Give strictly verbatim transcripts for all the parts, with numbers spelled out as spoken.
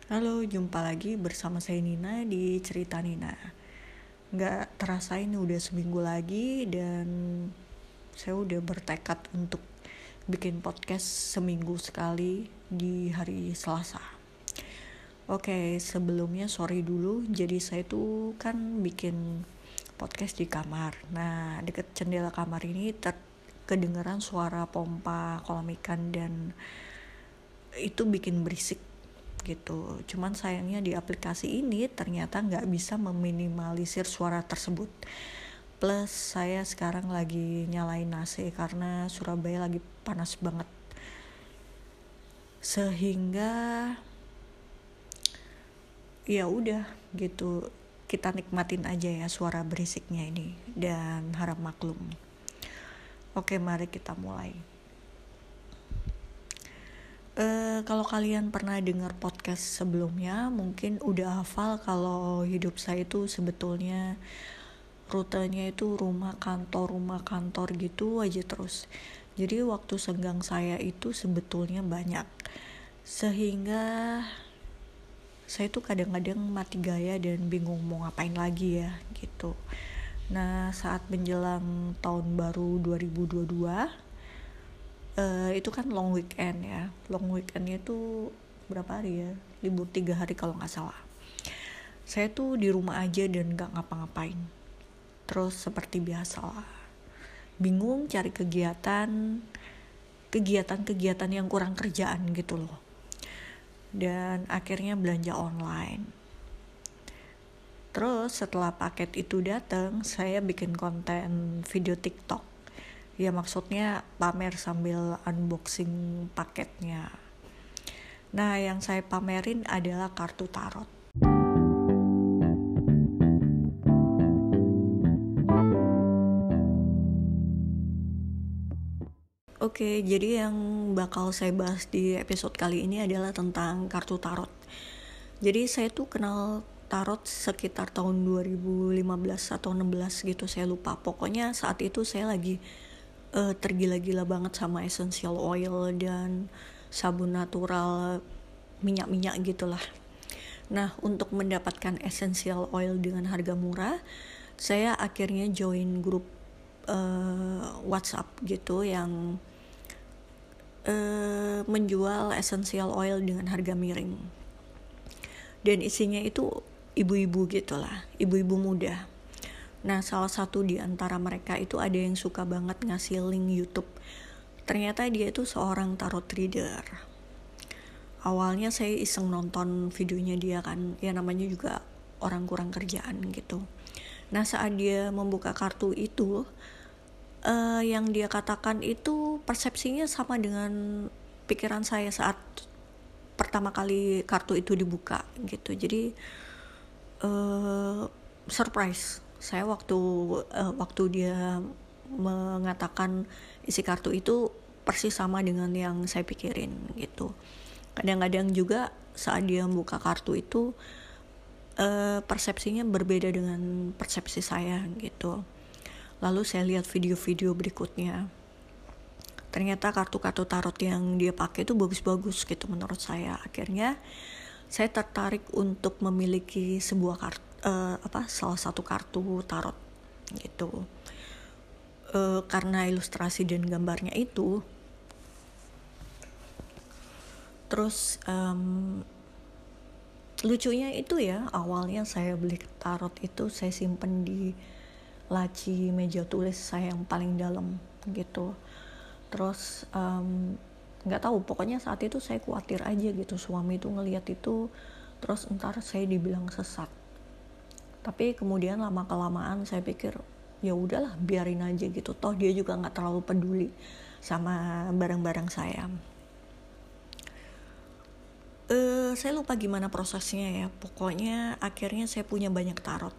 Halo, jumpa lagi bersama saya Nina di Cerita Nina. Nggak terasa ini udah seminggu lagi dan saya udah bertekad untuk bikin podcast seminggu sekali di hari Selasa. Oke, sebelumnya sorry dulu, jadi saya tuh kan bikin podcast di kamar. Nah, deket jendela kamar ini ter- kedengeran suara pompa kolam ikan dan itu bikin berisik gitu. Cuman sayangnya di aplikasi ini ternyata nggak bisa meminimalisir suara tersebut. Plus saya sekarang lagi nyalain A C karena Surabaya lagi panas banget. Sehingga ya udah gitu, kita nikmatin aja ya suara berisiknya ini dan harap maklum. Oke, mari kita mulai. Uh, kalau kalian pernah dengar podcast sebelumnya, mungkin udah hafal kalau hidup saya itu sebetulnya rutenya itu rumah kantor, rumah kantor gitu aja terus. Jadi waktu senggang saya itu sebetulnya banyak. Sehingga saya tuh kadang-kadang mati gaya dan bingung mau ngapain lagi ya gitu. Nah, saat menjelang tahun baru dua ribu dua puluh dua, Uh, itu kan long weekend ya. Long weekendnya itu berapa hari ya? Libur tiga hari kalau nggak salah. Saya tuh di rumah aja dan nggak ngapa-ngapain. Terus seperti biasa lah, bingung cari kegiatan, kegiatan-kegiatan yang kurang kerjaan gitu loh. Dan akhirnya belanja online. Terus setelah paket itu datang, saya bikin konten video TikTok. Ya maksudnya pamer sambil unboxing paketnya. Nah, yang saya pamerin adalah kartu tarot. Oke, jadi yang bakal saya bahas di episode kali ini adalah tentang kartu tarot. Jadi saya tuh kenal tarot sekitar tahun dua ribu lima belas atau enam belas gitu, saya lupa. Pokoknya saat itu saya lagi uh, tergila-gila banget sama essential oil dan sabun natural, minyak-minyak gitulah. Nah, untuk mendapatkan essential oil dengan harga murah, saya akhirnya join grup uh, WhatsApp gitu yang uh, menjual essential oil dengan harga miring. Dan isinya itu ibu-ibu gitulah, ibu-ibu muda. Nah, salah satu di antara mereka itu ada yang suka banget ngasih link YouTube. Ternyata dia itu seorang tarot reader. Awalnya saya iseng nonton videonya dia kan, ya namanya juga orang kurang kerjaan gitu. Nah, saat dia membuka kartu itu, uh, yang dia katakan itu persepsinya sama dengan pikiran saya saat pertama kali kartu itu dibuka gitu. Jadi uh, surprise saya waktu uh, waktu dia mengatakan isi kartu itu persis sama dengan yang saya pikirin gitu. Kadang-kadang juga saat dia membuka kartu itu uh, persepsinya berbeda dengan persepsi saya gitu. Lalu saya lihat video-video berikutnya, ternyata kartu-kartu tarot yang dia pakai itu bagus-bagus gitu menurut saya. Akhirnya saya tertarik untuk memiliki sebuah kartu, uh, apa salah satu kartu tarot gitu. Uh, karena ilustrasi dan gambarnya itu. Terus um, lucunya itu ya, awalnya saya beli tarot itu saya simpen di laci meja tulis saya yang paling dalam gitu. Terus um, nggak tahu, pokoknya saat itu saya khawatir aja gitu suami itu ngelihat itu terus entar saya dibilang sesat. Tapi kemudian lama kelamaan saya pikir ya udahlah, biarin aja gitu, toh dia juga nggak terlalu peduli sama barang-barang saya. Uh, saya lupa gimana prosesnya ya, pokoknya akhirnya saya punya banyak tarot.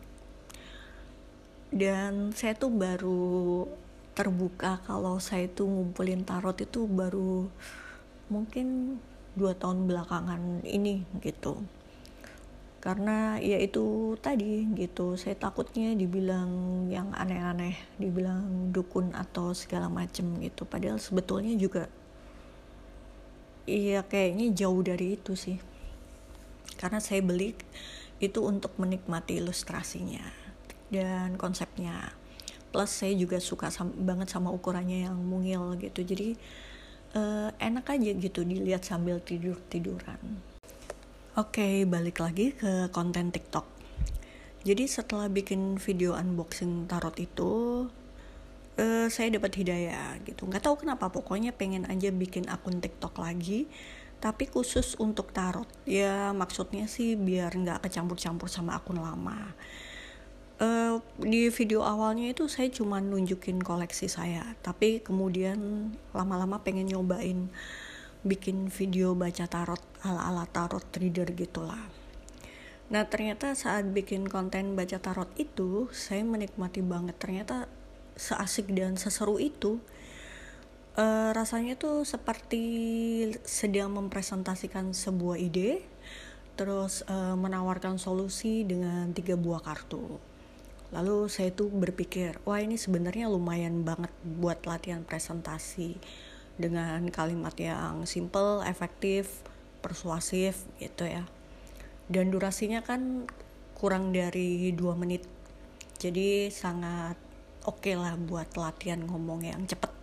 Dan saya tuh baru terbuka kalau saya tuh ngumpulin tarot itu baru mungkin dua tahun belakangan ini gitu. Karena ya itu tadi gitu, saya takutnya dibilang yang aneh-aneh, dibilang dukun atau segala macem gitu. Padahal sebetulnya juga iya kayaknya jauh dari itu sih. karena saya beli itu untuk menikmati ilustrasinya dan konsepnya. Plus saya juga suka sam- banget sama ukurannya yang mungil gitu, jadi uh, enak aja gitu dilihat sambil tidur-tiduran. Oke, okay, balik lagi ke konten TikTok. Jadi setelah bikin video unboxing tarot itu, uh, saya dapat hidayah gitu. Nggak tahu kenapa, pokoknya pengen aja bikin akun TikTok lagi, tapi khusus untuk tarot. Ya maksudnya sih biar nggak kecampur-campur sama akun lama. Uh, di video awalnya itu saya cuma nunjukin koleksi saya, tapi kemudian lama-lama pengen nyobain bikin video baca tarot ala-ala tarot reader gitulah. Nah ternyata saat bikin konten baca tarot itu saya menikmati banget, ternyata seasik dan seseru itu. Uh, rasanya tuh seperti sedang mempresentasikan sebuah ide, terus uh, menawarkan solusi dengan tiga buah kartu. Lalu saya tuh berpikir, wah ini sebenarnya lumayan banget buat latihan presentasi dengan kalimat yang simple, efektif, persuasif gitu ya. Dan durasinya kan kurang dari dua menit. Jadi sangat oke okay lah buat latihan ngomong yang cepet.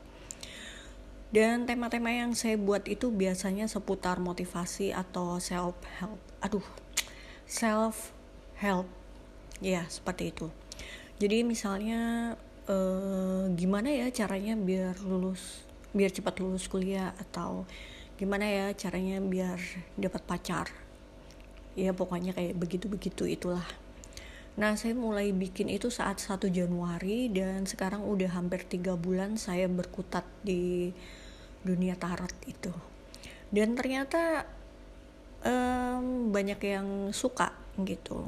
Dan tema-tema yang saya buat itu biasanya seputar motivasi atau self-help. Aduh, self-help. Ya, seperti itu. Jadi misalnya eh, gimana ya caranya biar lulus, biar cepat lulus kuliah, atau gimana ya caranya biar dapat pacar. Ya pokoknya kayak begitu-begitu itulah. Nah saya mulai bikin itu saat satu Januari dan sekarang udah hampir tiga bulan saya berkutat di dunia tarot itu. Dan ternyata um, banyak yang suka gitu.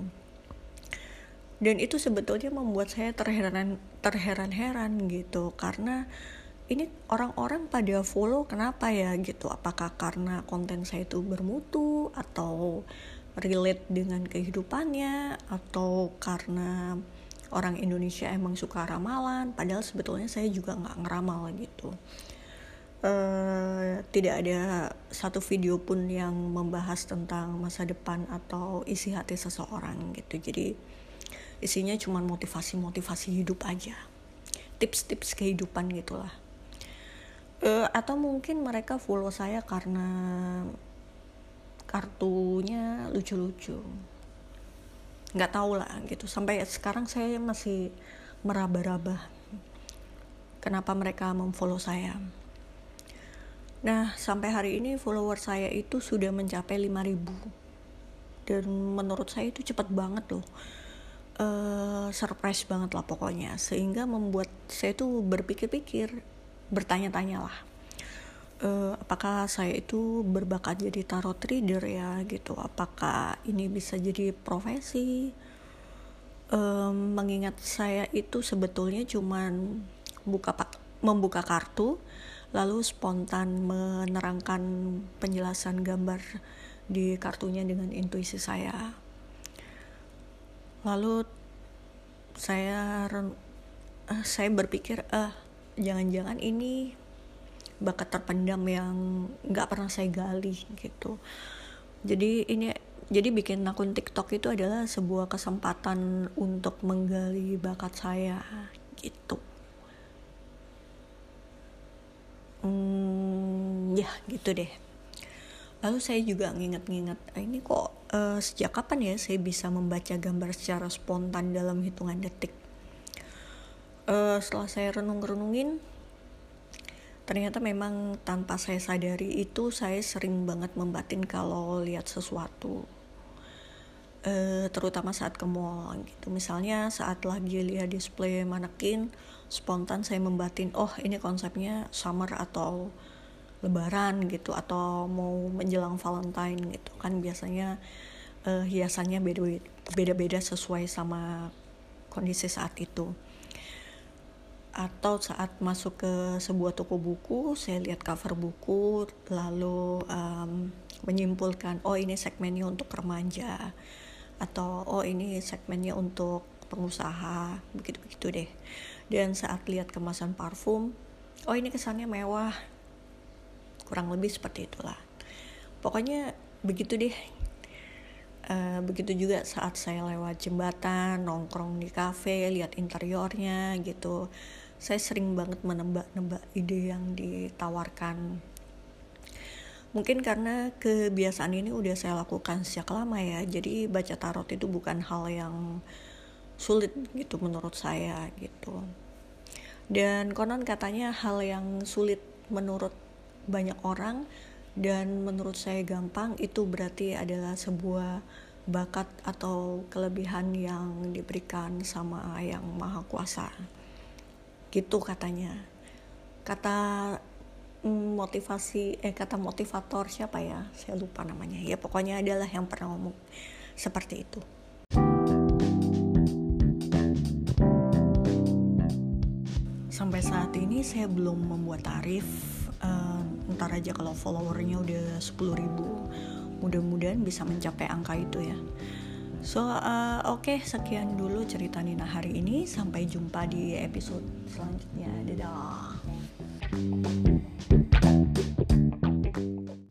Dan itu sebetulnya membuat saya terheran terheran-heran gitu, karena ini orang-orang pada follow kenapa ya gitu, apakah karena konten saya itu bermutu atau relate dengan kehidupannya, atau karena orang Indonesia emang suka ramalan, padahal sebetulnya saya juga nggak ngeramal gitu. Uh, tidak ada satu video pun yang membahas tentang masa depan atau isi hati seseorang gitu, jadi isinya cuma motivasi-motivasi hidup aja, tips-tips kehidupan gitulah. Uh, atau mungkin mereka follow saya karena kartunya lucu-lucu, nggak tahu lah gitu. Sampai sekarang saya masih meraba-raba kenapa mereka memfollow saya. Nah sampai hari ini follower saya itu sudah mencapai lima ribu, dan menurut saya itu cepat banget loh. Uh, surprise banget lah pokoknya, sehingga membuat saya tuh berpikir-pikir, bertanya-tanya lah, uh, apakah saya itu berbakat jadi tarot reader ya gitu, apakah ini bisa jadi profesi. Um, mengingat saya itu sebetulnya cuman buka membuka kartu lalu spontan menerangkan penjelasan gambar di kartunya dengan intuisi saya. Lalu saya uh, saya berpikir ah uh, jangan-jangan ini bakat terpendam yang nggak pernah saya gali gitu. Jadi ini jadi bikin akun TikTok itu adalah sebuah kesempatan untuk menggali bakat saya gitu. Hmm, ya gitu deh. Lalu saya juga nginget-nginget, ini kok uh, sejak kapan ya saya bisa membaca gambar secara spontan dalam hitungan detik. Uh, setelah saya renung-renungin, ternyata memang tanpa saya sadari itu saya sering banget membatin kalau lihat sesuatu. Uh, terutama saat ke mall gitu. Misalnya saat lagi lihat display manekin, spontan saya membatin, oh ini konsepnya summer atau lebaran gitu, atau mau menjelang Valentine gitu kan, biasanya uh, hiasannya beda-beda sesuai sama kondisi saat itu. Atau saat masuk ke sebuah toko buku, saya lihat cover buku lalu um, menyimpulkan, oh ini segmennya untuk remaja, atau oh ini segmennya untuk pengusaha, begitu-begitu deh. Dan saat lihat kemasan parfum, oh ini kesannya mewah, kurang lebih seperti itulah. Pokoknya begitu deh. Uh, begitu juga saat saya lewat jembatan, nongkrong di kafe, lihat interiornya gitu. Saya sering banget menebak-nebak ide yang ditawarkan. Mungkin karena kebiasaan ini udah saya lakukan sejak lama ya. Jadi baca tarot itu bukan hal yang sulit gitu menurut saya gitu. Dan konon katanya hal yang sulit menurut banyak orang dan menurut saya gampang itu berarti adalah sebuah bakat atau kelebihan yang diberikan sama Yang Maha Kuasa. Gitu katanya. Kata motivasi eh kata motivator siapa ya? Saya lupa namanya. Ya pokoknya adalah yang pernah ngomong seperti itu. Sampai saat ini saya belum membuat tarif. Uh, ntar aja kalau followernya udah sepuluh ribu, mudah-mudahan bisa mencapai angka itu ya. So uh, oke okay, sekian dulu cerita Nina hari ini. Sampai jumpa di episode selanjutnya. Dadah.